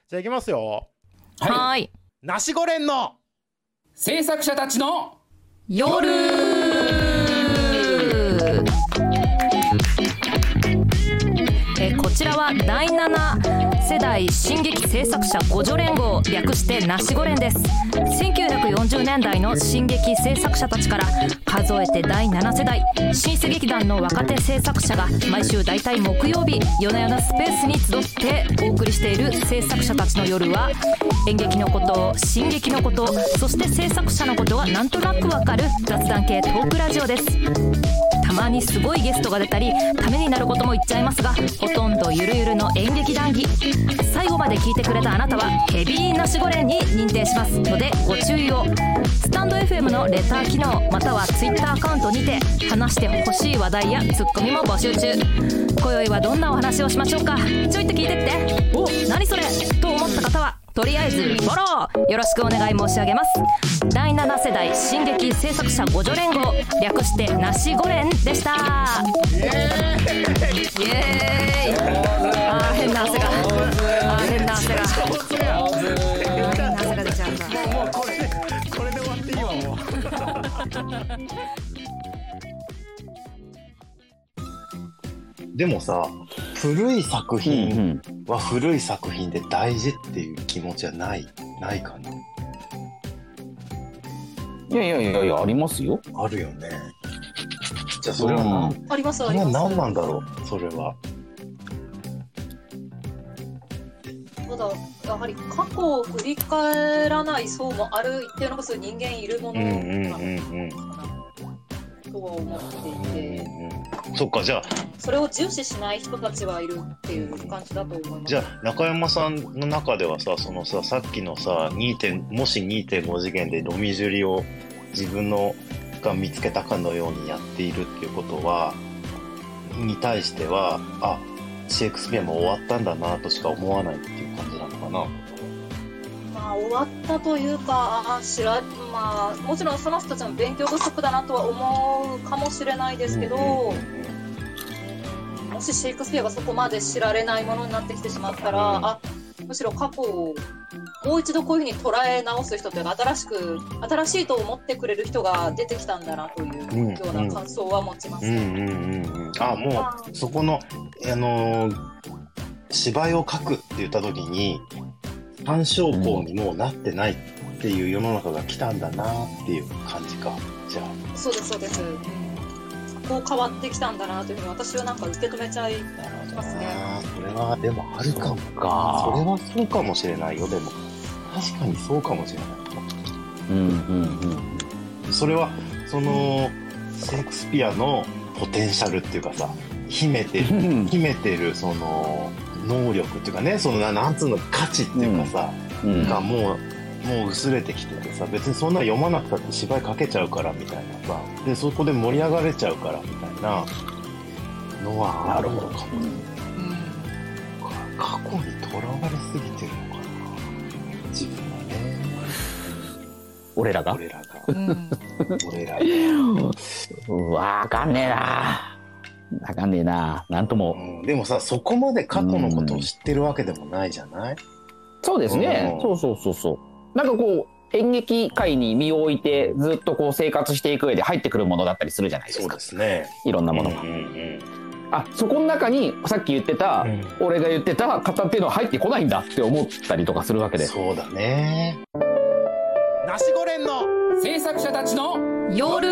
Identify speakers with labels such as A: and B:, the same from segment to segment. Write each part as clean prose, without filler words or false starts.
A: じゃあいきますよ。
B: はい。
A: ナシゴレンの
C: 制作者たちの
B: 夜。こちらは第7世代新劇制作者互助連合、略してナシゴ連です。1940年代の新劇制作者たちから数えて第7世代新世劇団の若手制作者が毎週だいたい木曜日夜な夜なスペースに集ってお送りしている制作者たちの夜は、演劇のこと、新劇のこと、そして制作者のことがなんとなくわかる雑談系トークラジオです。たまにすごいゲストが出たりためになることも言っちゃいますが、ほとんどゆるゆるの演劇談義。最後まで聞いてくれたあなたはヘビーナシゴレンに認定しますのでご注意を。スタンド FM のレター機能または Twitter アカウントにて話してほしい話題やツッコミも募集中。今宵はどんなお話をしましょうか。ちょいと聞いてって。お、何それと思った方はとりあえずフォローよろしくお願い申し上げます。第7世代新劇制作者互助連合、略してナシゴレンでした。イエーイ。イエーイ。あー変な汗が、変な汗が出ちゃった。
A: もうこれで終わっていいわもう。でもさ、古い作品は古い作品で大事っていう気持ちはないかな。
C: いやありますよ。
A: あるよね。じゃあそれは
D: あります。
A: 何なんだろうそれは。
D: ただやはり過去を振り返らない層もある一定の数人間いるものなのかなとは思っていて、
A: そっか、じゃあ
D: それを重視しない人たちはいるっていう感じだと思います。
A: じゃあ中山さんの中ではさ、そのさ、さっきのさもし 2.5 次元でロミジュリを自分のが見つけたかのようにやっているっていうことはに対しては、あ、シェイクスピアも終わったんだなとしか思わないっていう感じなのかな。
D: まあ終わったというか、まあもちろんその人たちの勉強不足だなとは思うかもしれないですけど、もしシェイクスピアがそこまで知られないものになってきてしまったら、むしろ過去をもう一度こういうふうに捉え直す人というか、新しいと思ってくれる人が出てきたんだなというような感想は持ちます。
A: あ、もうそこの芝居を書くって言った時に参照項にもなってないっていう世の中が来たんだなっていう感じか。じゃあ
D: そうですそうです、こう変わってきたんだなというふうに私はなんか受け止めちゃいますね。
A: それはでもあるかもか。それはそうかもしれないよ。でも確かにそうかもしれない。それはそのシェイクスピアのポテンシャルっていうかさ、秘めてるその能力っていうかね、そのなんつうの価値っていうかさ、がもう薄れてきててさ、別にそんな読まなくたって芝居書けちゃうからみたいなさ、でそこで盛り上がれちゃうからみたいなのはあるのかも。過去にとらわれすぎてるのかな、自分はね。
C: 俺らがわかんねえな、なんとも、
A: でもさ、そこまで過去のことを知ってるわけでもないじゃない。
C: そうですね、そうなんかこう演劇界に身を置いてずっとこう生活していく上で入ってくるものだったりするじゃないですか。
A: そうですね、
C: いろんなものが、そこの中にさっき言ってた、俺が言ってた方っていうのは入ってこないんだって思ったりとかするわけで。
A: そうだね。ナシゴレンの
C: 制作者たちの
B: 夜。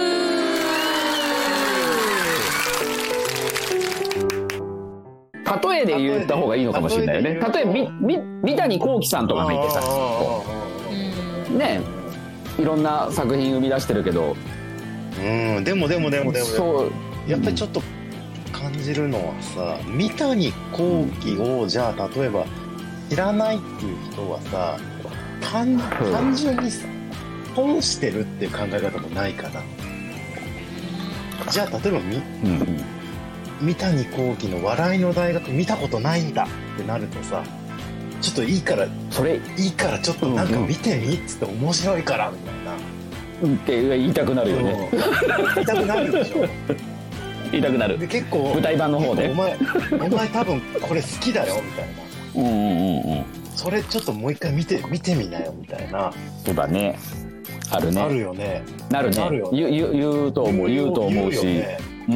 C: 例えで言った方がいいのかもしれないよね。例えば三谷幸喜さんとかがいてさ、ね、いろんな作品生み出してるけど、
A: でもそうやっぱりちょっと感じるのはさ、三谷幸喜をじゃあ例えば知らないっていう人はさ、単純にさ損してるっていう考え方もないかな。じゃあ例えば三谷幸喜の笑いの大学見たことないんだってなるとさ、ちょっといいからちょっとなんか見てみっつって面白いからみたいな
C: って言いたくなるよね。
A: 言いたくなるでしょ。
C: 言いたくなる。
A: で結構
C: 舞台版の方で
A: お前多分これ好きだよみたいな。 それちょっともう一回見てみなよみたいな。
C: そうだね。あるね。
A: あるよね。
C: なるね。
A: あるよね。
C: 言うと思うし。
A: ね、
C: うん。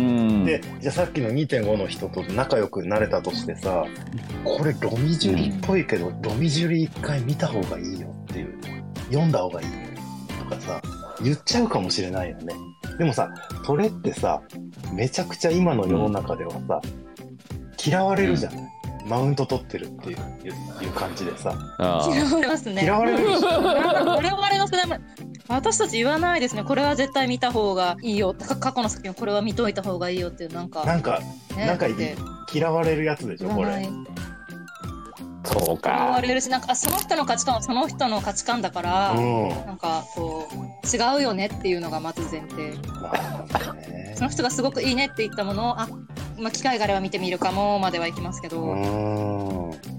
A: で、じゃあさっきの 2.5 の人と仲良くなれたとしてさ、これロミジュリっぽいけど、ロミジュリ一回見た方がいいよっていう、読んだ方がいいよとかさ、言っちゃうかもしれないよね。でもさ、それってさ、めちゃくちゃ今の世の中ではさ、嫌われるじゃない、マウント取ってるっていう感じでさ。
D: 嫌われますね。
A: 嫌われるでしょ。
D: 我々の世代も私たち言わないですね。これは絶対見た方がいいよ。過去の作品これは見といた方がいいよっていうなんか
A: 嫌われるやつでしょこれ。
C: そうか。
D: 嫌われるし、なんかその人の価値観はその人の価値観だから、なんかこう違うよねっていうのがまず前提。その人がすごくいいねって言ったものを機会があれば見てみるかもまではいきますけど。あんまり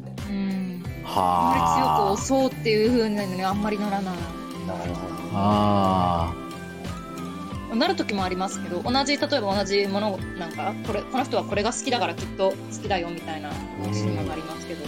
D: 強く押そうっていう風なのにあんまりならない。
A: なるほど。
D: なる時もありますけど、例えば同じものなんかこの人はこれが好きだからきっと好きだよみたいな話にもありますけど。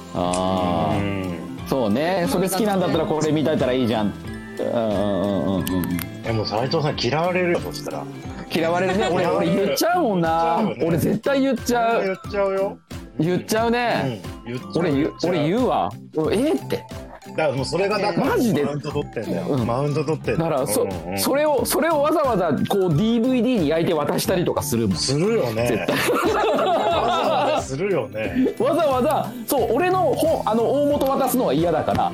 C: そうね。それ好きなんだったらこれ見たいたらいいじゃん。
A: でも斉藤さん嫌われるよ。そしたら
C: 嫌われるね。俺言っちゃうもんな。俺絶対言っちゃう。
A: 言っちゃうよ。
C: 言っちゃうね。俺言うわ。って
A: だからもうそれがだから
C: マジで
A: マウント取ってんだよ。マウント取ってんだ
C: からそれをわざわざこう DVD に焼いて渡したりとかするもん。
A: するよね。絶対わざわざするよね。
C: わざわざそう俺の大元渡すのは嫌だから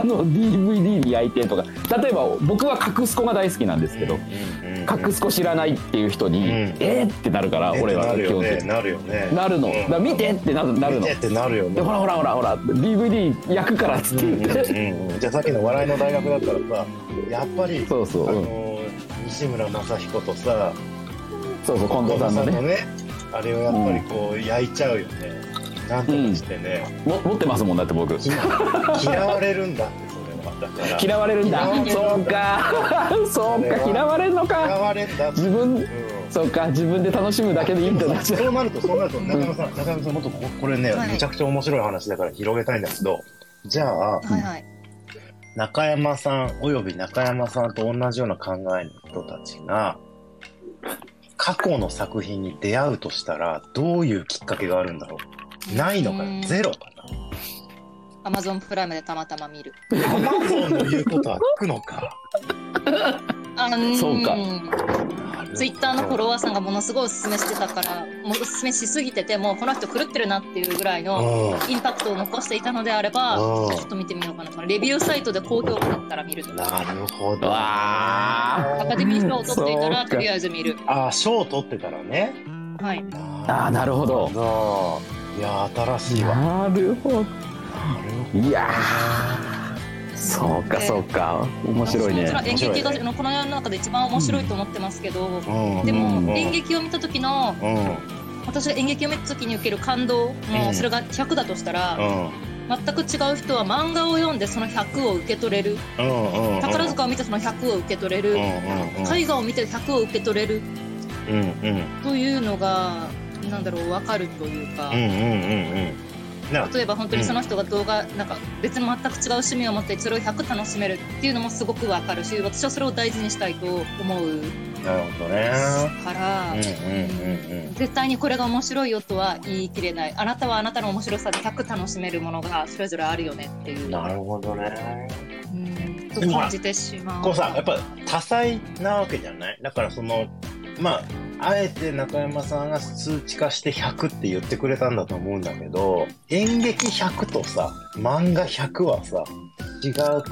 C: DVD に焼いてとか。例えば僕はカクスコが大好きなんですけど、カクスコ知らないっていう人にってなるから、俺は基本的に
A: なるよね。
C: なるの。だから見てってなるの。
A: 見てってなるよね。
C: ほら DVD 焼くからっつって言って。
A: じゃあさっきの笑いの大学だったらさ、やっぱり西村雅彦とさ、
C: 近藤さんのね
A: あれをやっぱりこう焼いちゃうよね。なんとかしてね。
C: 持ってますもんだって僕。
A: 嫌われるんだってそれは。だから
C: 嫌われるんだ。そうか嫌われるのか。
A: 嫌われんだ。
C: そうか自分で楽しむだけでいいんだな。
A: そうなると中山さんもっとこれねめちゃくちゃ面白い話だから広げたいんだけど。じゃあ、中山さんおよび中山さんと同じような考えの人たちが過去の作品に出会うとしたらどういうきっかけがあるんだろう。ないのかな。ゼロか
D: な。Amazon プライムでたまたま見る。
A: Amazon の言うことは聞くのか。
C: そうか。
D: ツイッターのフォロワーさんがものすごいおすすめしてたから、もうおすすめしすぎててもうこの人狂ってるなっていうぐらいのインパクトを残していたのであれば、ちょっと見てみようかな。レビューサイトで高評価だったら見るとか。
A: なるほど。
D: アカデミー賞を取っていたらとりあえず見る。
A: 賞を取ってたらね。
D: はい。
C: なるほど。
A: いや新しいわ。
C: なるほど。いやそうか面白いね。
D: もちろん演劇がこの世の中で一番面白いと思ってますけど、でも演劇を見た時の私が演劇を見た時に受ける感動もそれが100だとしたら、全く違う人は漫画を読んでその100を受け取れる、宝塚を見てその100を受け取れる、絵画を見て100を受け取れるというのがなんだろう分かるというか。例えば本当にその人が動画なんか別の全く違う趣味を持ってそれを100楽しめるっていうのもすごくわかるし、私はそれを大事にしたいと思う。
A: なるほどね。
D: から絶対にこれが面白いよとは言い切れない。あなたはあなたの面白さで100楽しめるものがそれぞれあるよねっていう。
A: なるほどね。
D: と感じてしまう。
A: こうさやっぱ多彩なわけじゃない。だからそのあえて中山さんが数値化して100って言ってくれたんだと思うんだけど、演劇100とさ漫画100はさ違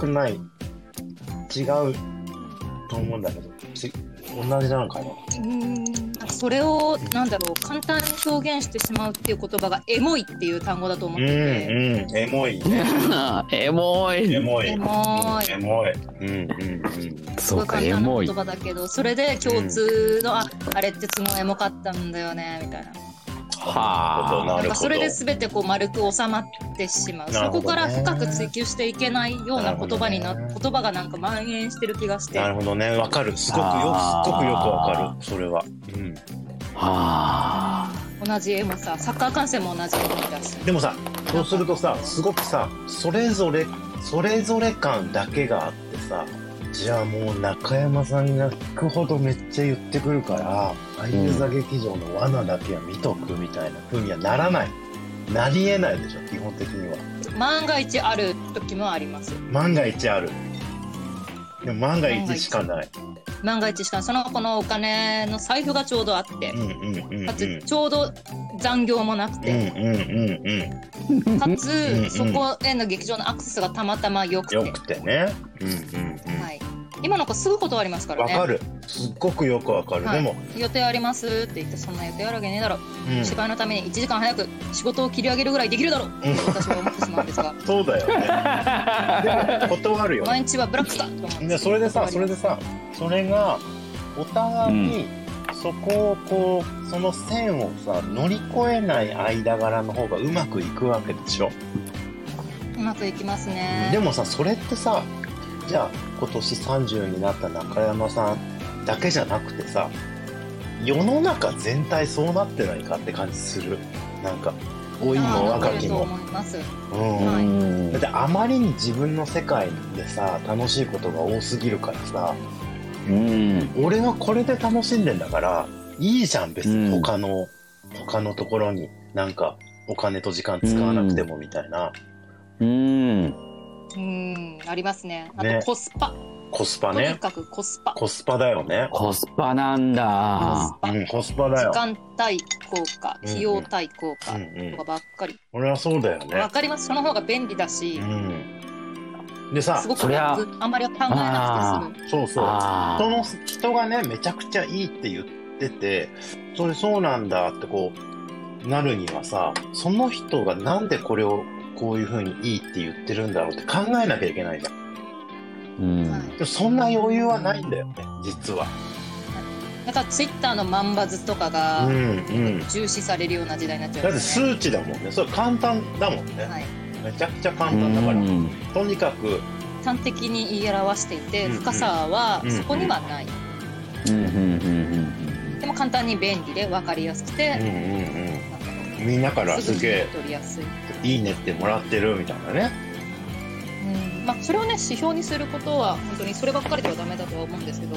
A: うと思うんだけど同じなのかな。
D: それをなんだろう簡単に表現してしまうっていう言葉がエモいっていう単語だと思ってて。
A: エモい
C: エモい
D: すごい簡単な言葉だけど、それで共通のあれってすごいエモかったんだよねみたいな。なんかそれで全てこう丸く収まってしまう。そこから深く追求していけないような言葉がなんか蔓延してる気がして。
A: なるほどね。わかる。すごくよくわかる。それは。
D: 同じ絵もさ、サッカー観戦も同じ絵だし。
A: でもさ、そうするとさ、すごくさ、それぞれ感だけがあってさ、じゃあもう中山さんが聞くほどめっちゃ言ってくるから俳優座劇場の罠だけは見とくみたいな風にはならない、なりえないでしょ基本的には。
D: 万が一ある時もあります。
A: 万が一ある。でも万が一しかない。
D: 万が一しかない。その子のお金の財布がちょうどあって、かつちょうど残業もなくて、かつそこへの劇場のアクセスがたまたま良くて。
A: 良くてね。
D: はい。今の子すぐ断りますからね。
A: わかる。すっごくよくわかる。
D: はい、
A: でも
D: 予定ありますって言って、そんな予定あるわけねえだろ、芝居のために1時間早く仕事を切り上げるぐらいできるだろって私は思ってしまうんですが
A: そうだよね。でも断るよね。
D: 毎日はブラックかと思うんです。
A: それでさそれがお互いにそこをこうその線をさ乗り越えない間柄の方がうまくいくわけでしょ。
D: うまくいきますね。
A: でもさそれってさ、じゃあ今年30になった中山さんだけじゃなくてさ、世の中全体そうなってないかって感じする。なんか老いも若きも。だってあまりに自分の世界でさ楽しいことが多すぎるからさ、俺はこれで楽しんでんだからいいじゃん別に他のところになんかお金と時間使わなくてもみたいな。
D: ありますね。あとコスパ。
A: コスパね。
D: とにかくコスパ。
A: コスパだよね。
C: コスパなんだ。
A: コスパだよ。
D: 時間対効果、費用対効果とかばっかり。
A: 俺はそうだよね。
D: わかります。その方が便利だし。
A: でさ、
D: すごく楽。あんまり考えなくて済む。
A: そう。その人がねめちゃくちゃいいって言ってて、それそうなんだってこうなるにはさ、その人がなんでこれをこういう風にいいって言ってるんだろうって考えなきゃいけないじゃん。でもそんな余裕はないんだよね実は。
D: だからツイッターの万バズとかが重視されるような時代になっちゃう、ね。
A: だって数値だもんね。それ簡単だもんね。めちゃくちゃ簡単だから。とにかく
D: 端的に言い表していて深さはそこにはない。でも簡単に便利で分かりやすくて、
A: みんなからすげえ
D: 取りやす
A: いいねってもらってるみたいなね。
D: まあ、それをね指標にすることは本当にそればっかりではダメだとは思うんですけど、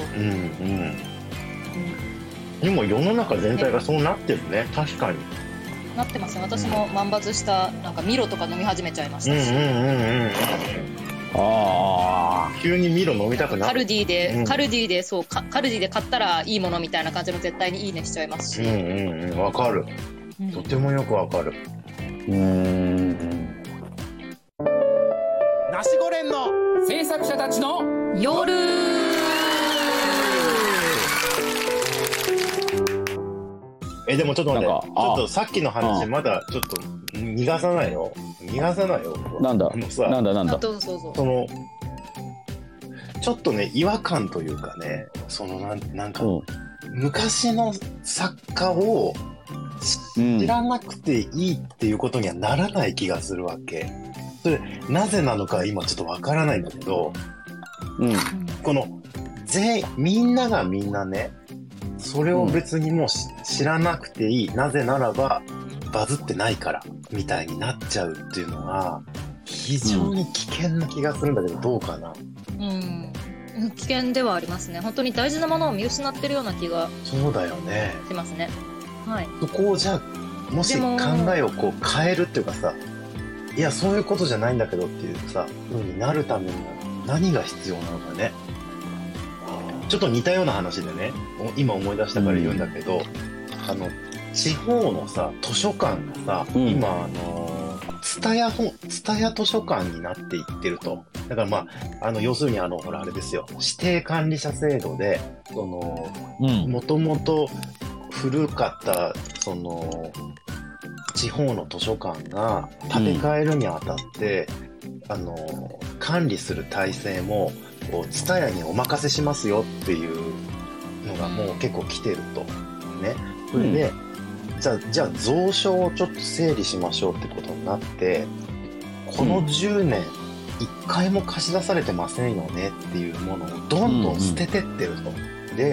A: でも世の中全体がそうなってるね。確かに
D: なってますね。私も万バズしたなんかミロとか飲み始めちゃいましたし、
A: 急にミロ飲みたくなる。
D: カルディで買ったらいいものみたいな感じの絶対にいいねしちゃいますし。
A: わかる、とてもよくわかる。
E: ナシゴレンの
C: 制作者たちの
B: 夜。
A: でもちょっと待って、ちょっとさっきの話まだちょっと逃がさないよ。なんだ
D: どうぞ。
A: そのちょっとね違和感というかね、そのなんか、昔の作家を知らなくていいっていうことにはならない気がするわけ。それなぜなのか今ちょっとわからないんだけど、このみんながみんなねそれを別にもう知らなくていい、なぜならばバズってないからみたいになっちゃうっていうのが非常に危険な気がするんだけど、どうかな。
D: 危険ではありますね。本当に大事なものを見失ってるような気が
A: そうだよね
D: しますね。
A: そこをじゃあもし考えをこう変えるっていうかさ、いやそういうことじゃないんだけどっていうさ風になるためには何が必要なのかね。ちょっと似たような話でね今思い出したから言うんだけど、地方のさ図書館がさ、今蔦屋図書館になっていってると。だからまあ要するにほらあれですよ、指定管理者制度でもともと古かったその地方の図書館が建て替えるにあたって、管理する体制も蔦屋にお任せしますよっていうのがもう結構来てるとね。それで、じゃあ蔵書をちょっと整理しましょうってことになって、この10年一回も貸し出されてませんよねっていうものをどんどん捨ててってると。で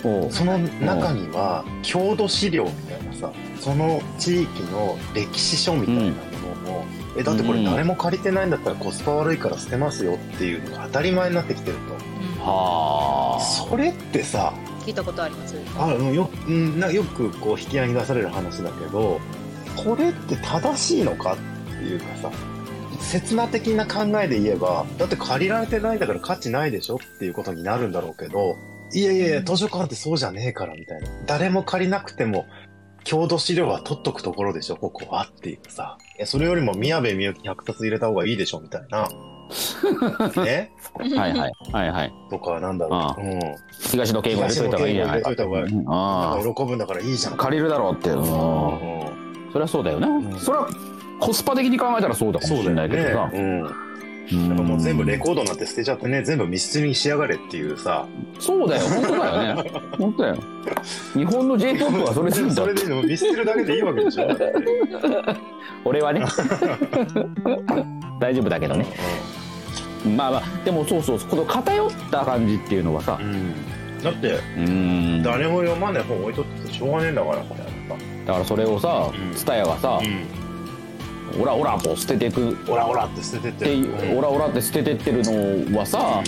A: その中には郷土資料みたいなさ、その地域の歴史書みたいなものも、だってこれ誰も借りてないんだったらコスパ悪いから捨てますよっていうのが当たり前になってきてると。
C: はあ。
A: それってさ、
D: 聞いたことあります。
A: よくこう引き合いに出される話だけど、これって正しいのかっていうかさ、刹那的な考えで言えば、だって借りられてないんだから価値ないでしょっていうことになるんだろうけど、いやいやいや、図書館ってそうじゃねえからみたいな。誰も借りなくても、郷土資料は取っとくところでしょ、ここはっていうさ。それよりも宮部みゆき100冊入れた方がいいでしょ、みたいな。ね。
C: はいはい。はいはい。
A: とか、なんだろう。
C: 東野圭吾入れといた方がいいじゃない。
A: 入れといた方がいい。なんか喜ぶんだからいいじゃん。
C: 借りるだろうって。そりゃそうだよね。それはコスパ的に考えたらそうだかもしれないけどさ。だからもう全部レコードなんて捨てちゃってね、全部密室にしやがれっていうさ。 そうだよ、本当だよね。本当だよ。日本の J-POP はそれでいいんだ。
A: それで見捨てるだけでいいわけでしょ。
C: 俺はね。大丈夫だけどね。まあまあ、でもそうそう、この偏った感じっていうのはさ。
A: だって、誰も読まない本置いとってしょうがねえんだからみたいなさ。
C: だからそれをさ、TSUTAYAがさ、オラオラと捨てていく、
A: オラオラって捨ててってる、
C: オラオラって捨ててってるのはさ、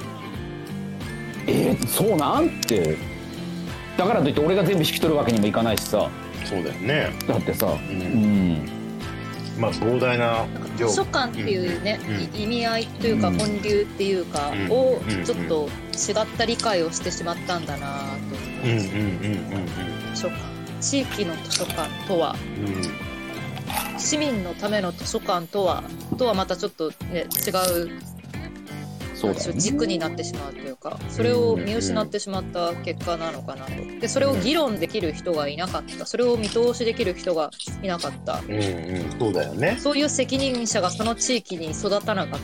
C: そうなんってだからといって俺が全部引き取るわけにもいかないしさ。
A: そうだよね。
C: だってさ、
A: まあ膨大な
D: 図書館っていうね、意味合いというか本流っていうかをちょっと違った理解をしてしまったんだなと思います。図書館、地域の図書館とは、市民のための図書館とはまたちょっとね違う、軸になってしまうというか、それを見失ってしまった結果なのかなと。でそれを議論できる人がいなかった、それを見通しできる人がいなかった、
A: そうだよね。
D: そういう責任者がその地域に育たなかった。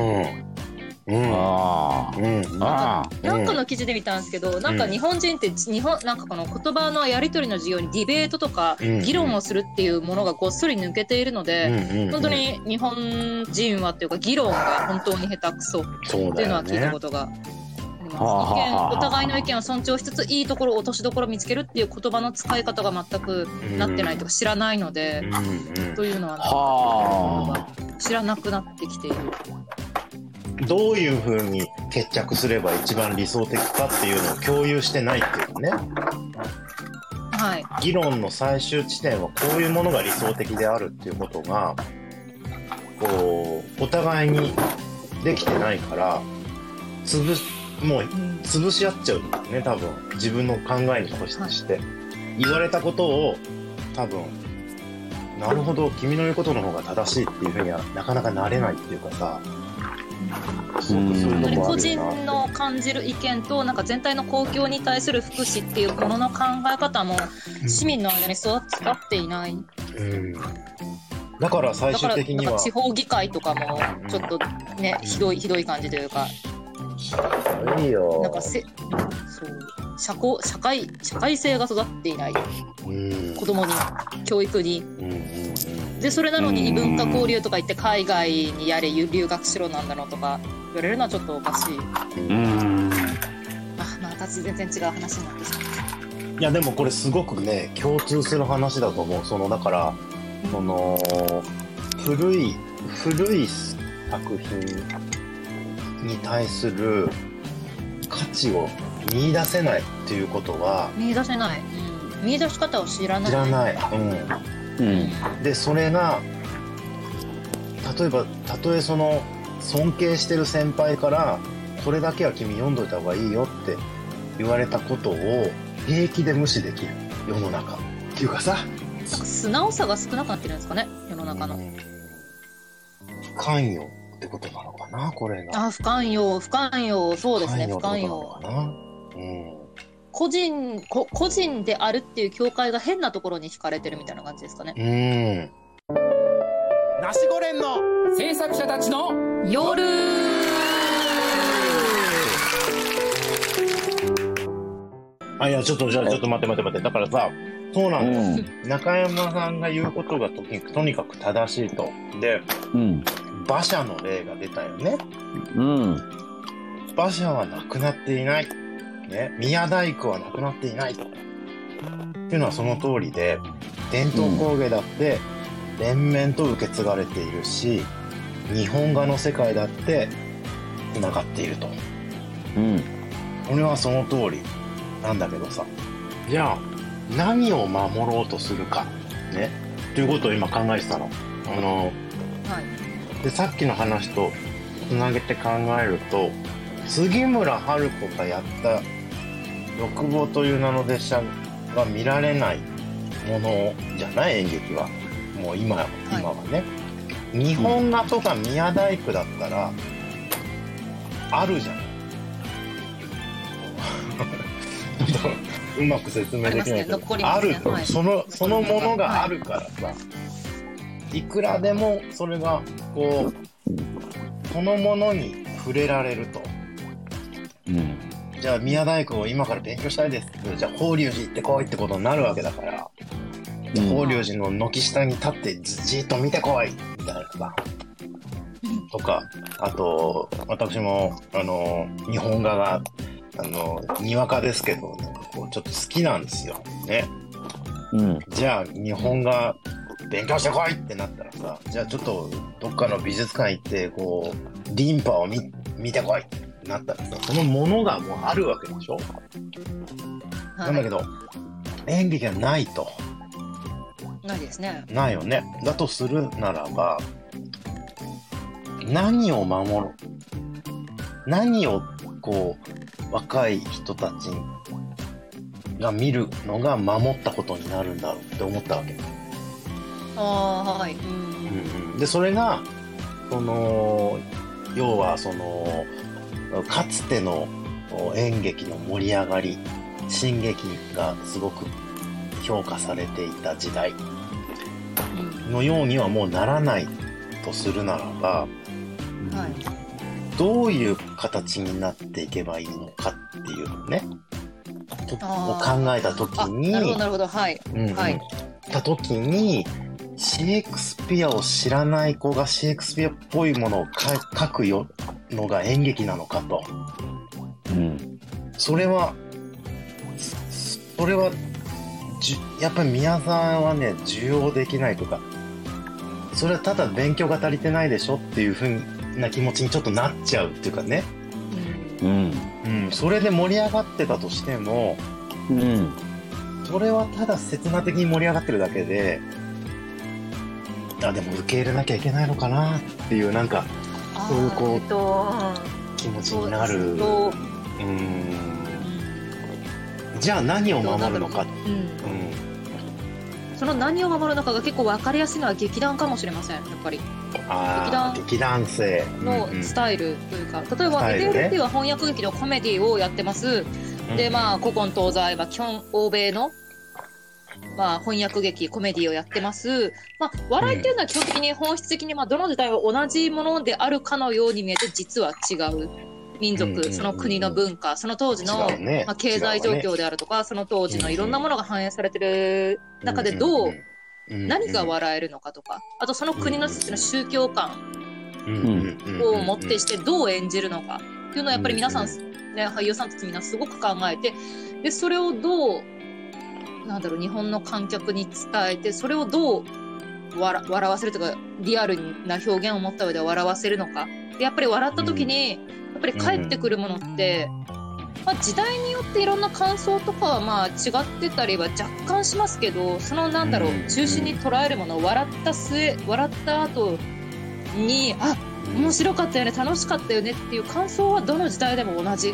D: なんかの記事で見たんですけど、なんか日本人ってなんかこの言葉のやり取りの授業にディベートとか議論をするっていうものがごっそり抜けているので、本当に日本人はっていうか議論が本当に下手くそっていうのは聞いたことがあります。お互いの意見を尊重しつついいところ落としどころを見つけるっていう言葉の使い方が全くなってないとか知らないので、というのは知らなくなってきている。
A: どういう風に決着すれば一番理想的かっていうのを共有してないっていうね。
D: はい。
A: 議論の最終地点はこういうものが理想的であるっていうことが、こうお互いにできてないから、もう潰し合っちゃうんだよね、多分。自分の考えに固執して、言われたことを多分、なるほど、君の言うことの方が正しいっていう風にはなかなかなれないっていうかさ。
D: 個人の感じる意見となんか全体の公共に対する福祉っていうものの考え方も市民の間に育っていない。
A: だから最終的には
D: 地方議会とかもちょっとねひどい感じというか。
A: いいよ。
D: なんかそう社会性が育っていない。子供に教育に。でそれなのに異文化交流とか言って海外にやれ留学しろなんだろうとか言われるのはちょっとおかしい。また全然違う話になってしまう。
A: いやでもこれすごくね共通する話だと思う。だからその古い作品に対する価値を見出せないっていうことは
D: 見出せない、見出し方を知らない
A: でそれが例えその尊敬してる先輩からこれだけは君読んどいた方がいいよって言われたことを平気で無視できる世の中っていうかさ、
D: なんか素直さが少なくなってるんですかね世の中の。
A: 関与ってことなのかなこれが。
D: 不寛容そうですね。不寛容。個人であるっていう境界が変なところに惹かれてるみたいな感じですかね。
E: ナシゴレンの制作者たちの
B: 夜。
A: いやちょっと待ってだからさ、そうなんだよ、中山さんが言うことがとにかく正しいと。で、馬車の例が出たよね。馬車はなくなっていない。 ね、宮大工はなくなっていないっていうのはその通りで、伝統工芸だって連綿と受け継がれているし、日本画の世界だってつながっていると。俺はその通りなんだけどさ、じゃあ何を守ろうとするかねということを今考えてたの。でさっきの話とつなげて考えると、杉村春子がやった欲望という名の列車が見られないものじゃない、演劇は。もう今はね、日本画とか宮大工だったらあるじゃん。うまく説明できないけど、ある、そのものがあるからさ、いくらでもそれがこうそのものに触れられると。じゃあ宮大工を今から勉強したいですって、じゃあ法隆寺行ってこいってことになるわけだから、法隆寺の軒下に立ってじっと見てこいみたいなさ、とか、あと私も日本画がにわかですけど、ね、こうちょっと好きなんですよね。じゃあ日本画勉強してこいってなったらさ、じゃあちょっとどっかの美術館行ってこうリンパを見てこいってなったらさ、そのものがもうあるわけでしょ。なんだけど演劇はないと。
D: ないですね。
A: ないよね。だとするならば、何を守る、何をこう若い人たちが見るのが守ったことになるんだろうって思ったわけ。でそれがその要はそのかつての演劇の盛り上がり、新劇がすごく評価されていた時代のようにはもうならないとするならば、どういう形になっていけばいいのかっていうのねを考えたときに、たときにシェイクスピアを知らない子がシェイクスピアっぽいものを書くのが演劇なのかと。それはやっぱり宮沢はね受容できないとか、それはただ勉強が足りてないでしょっていう風な気持ちにちょっとなっちゃうっていうかね。それで盛り上がってたとしても、それはただ刹那的に盛り上がってるだけで、でも受け入れなきゃいけないのかなっていう、なんかそういうこう、気持ちになる。じゃあ何を守るのか。
D: その何を守るのかが結構分かりやすいのは劇団かもしれません。やっぱり
A: 劇団性
D: のスタイルというか、例えば FLP は翻訳劇のコメディをやってます。で古今東西は基本欧米の翻訳劇コメディをやってます。笑いっていうのは基本的に本質的にどの時代は同じものであるかのように見えて、実は違う民族、その国の文化、その当時の、経済状況であるとか、その当時のいろんなものが反映されてる中で何が笑えるのかとか、あとその国の宗教観をもってしてどう演じるのかっていうのはやっぱり皆さん、俳優さんたちみんなすごく考えて、でそれをどう日本の観客に伝えて、それをどう笑わせるというか、リアルな表現を持った上で笑わせるのか。でやっぱり笑った時にやっぱり返ってくるものって、時代によっていろんな感想とかは違ってたりは若干しますけど、その中心に捉えるものを笑った後に面白かったよね、楽しかったよねっていう感想はどの時代でも同じ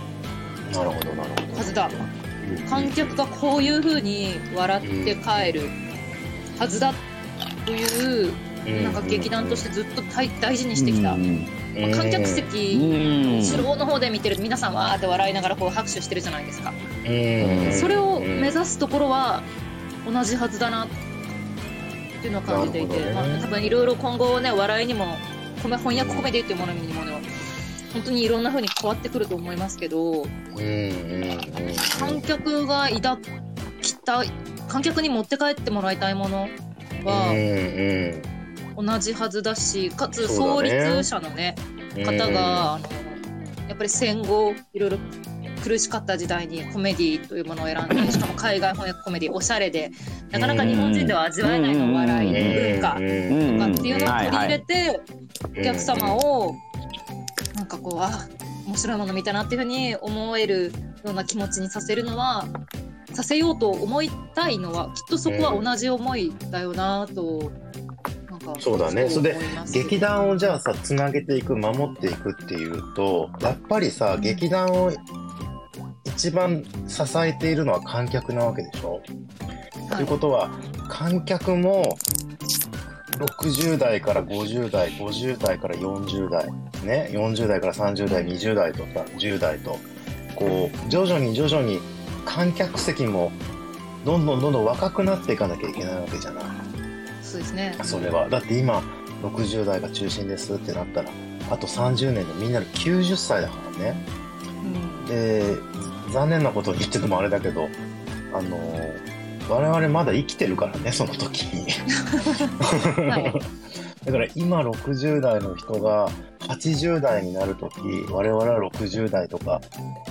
D: はずだ。観客がこういう風に笑って帰るはずだという劇団としてずっと大事にしてきた。観客席後ろの方で見てる皆さんはって笑いながらこう拍手してるじゃないですか。それを目指すところは同じはずだなっていうのを感じていて、多分いろいろ今後ね、笑いにも翻訳コメディっていうものにもね、本当にいろんな風に変わってくると思いますけど、観客が観客に持って帰ってもらいたいものは同じはずだし、かつ創立者のね、方がやっぱり戦後いろいろ苦しかった時代にコメディというものを選んで、しかも海外翻訳コメディ、おしゃれでなかなか日本人では味わえないの笑い文化とかっていうのを取り入れて、お客様をなんかこう面白いもの見たなっていうふうに思えるような気持ちにさせるのは、させようと思いたいのはきっとそこは同じ思いだよなと、なんか
A: そうだね。それで劇団をじゃあさつなげていく、守っていくっていうと、やっぱりさ劇団を一番支えているのは観客なわけでしょ、ということは観客も60代から50代、50代から40代ね、40代から30代、20代とか10代とこう徐々に観客席もどんどん若くなっていかなきゃいけないわけじゃない。
D: そうですね。
A: それはだって今60代が中心ですってなったら、あと30年でみんなで90歳だからね、で残念なことに言っててもあれだけど、我々まだ生きてるからね、その時に、はい、だから今60代の人が80代になる時、我々は60代とか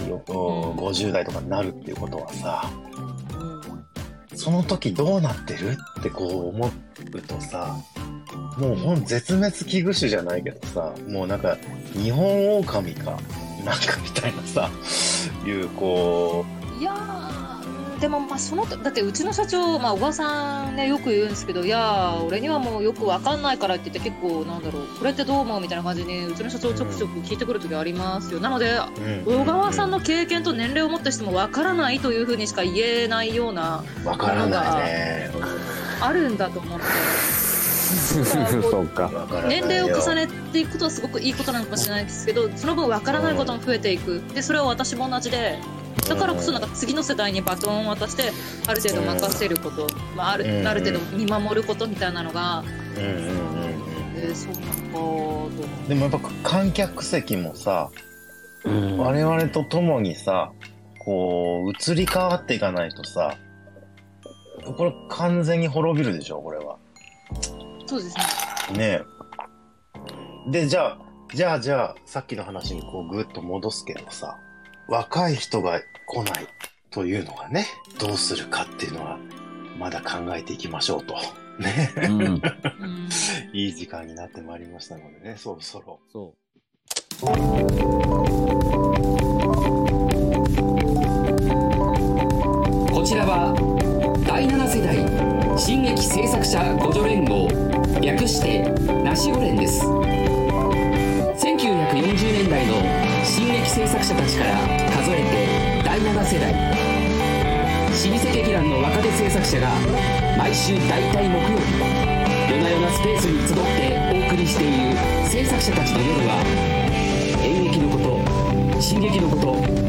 A: 50代とかになるっていうことはさ、その時どうなってるってこう思うとさ、もう絶滅危惧種じゃないけどさ、もうなんか日本狼かなんかみたいなさ、いうこう、
D: いやでもまあだってうちの社長、まあ、小川さんねよく言うんですけど、いや俺にはもうよく分かんないからって言って結構なんだろう、これってどう思うみたいな感じにうちの社長ちょくちょく聞いてくる時ありますよ。なので、小川さんの経験と年齢をもってしても分からないというふうにしか言えないような
A: 分からないね
D: あるんだと思って。
C: そうか、
D: 年齢を重ねていくことはすごくいいことなのかもしれないですけど、その分分からないことも増えていく。でそれは私も同じで、だからこそなんか次の世代にバトンを渡してある程度任せること、まあ、ある程度見守ることみたいなのが、そうなのかと。
A: でもやっぱ観客席もさ、我々と共にさこう移り変わっていかないとさ、これ完全に滅びるでしょ、これは。
D: そうですね。
A: ねえ。でじゃあさっきの話にこうぐっと戻すけどさ、若い人が来ないというのがね、どうするかっていうのはまだ考えていきましょうとね、いい時間になってまいりましたのでね、そろそろ。
F: こちらは第7世代新劇制作者互助連合、略してナシゴレンです。1940年代の新劇制作者たちから数えて第7世代、老舗劇団の若手制作者が毎週大体木曜日、夜な夜なスペースに集ってお送りしている制作者たちの夜は、演劇のこと、新劇のこと、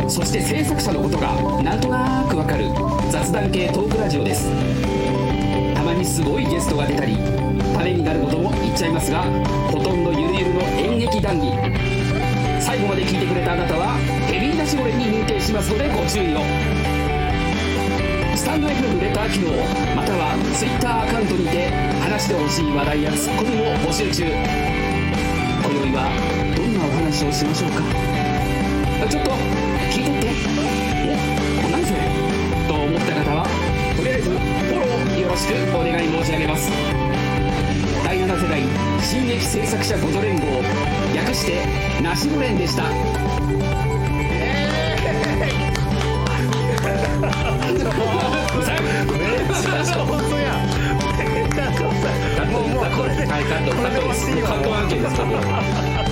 F: そして制作者のことがなんとなくわかる雑談系トークラジオです。たまにすごいゲストが出たり、ためになることも言っちゃいますが、ほとんどゆるゆるの演劇談義。最後まで聞いてくれたあなたはヘビーナシゴレンに認定しますのでご注意を。スタンド FM レター機能または Twitter アカウントにて話してほしい話題やツッコミも募集中。今宵はどんなお話をしましょうか。ちょっと聞いてって、何それと思った方はとりあえずフォローよろしくお願い申し上げます。第7世代新劇制作者互助連合、略してナシゴレンでした。もうこれでカット案件ですか。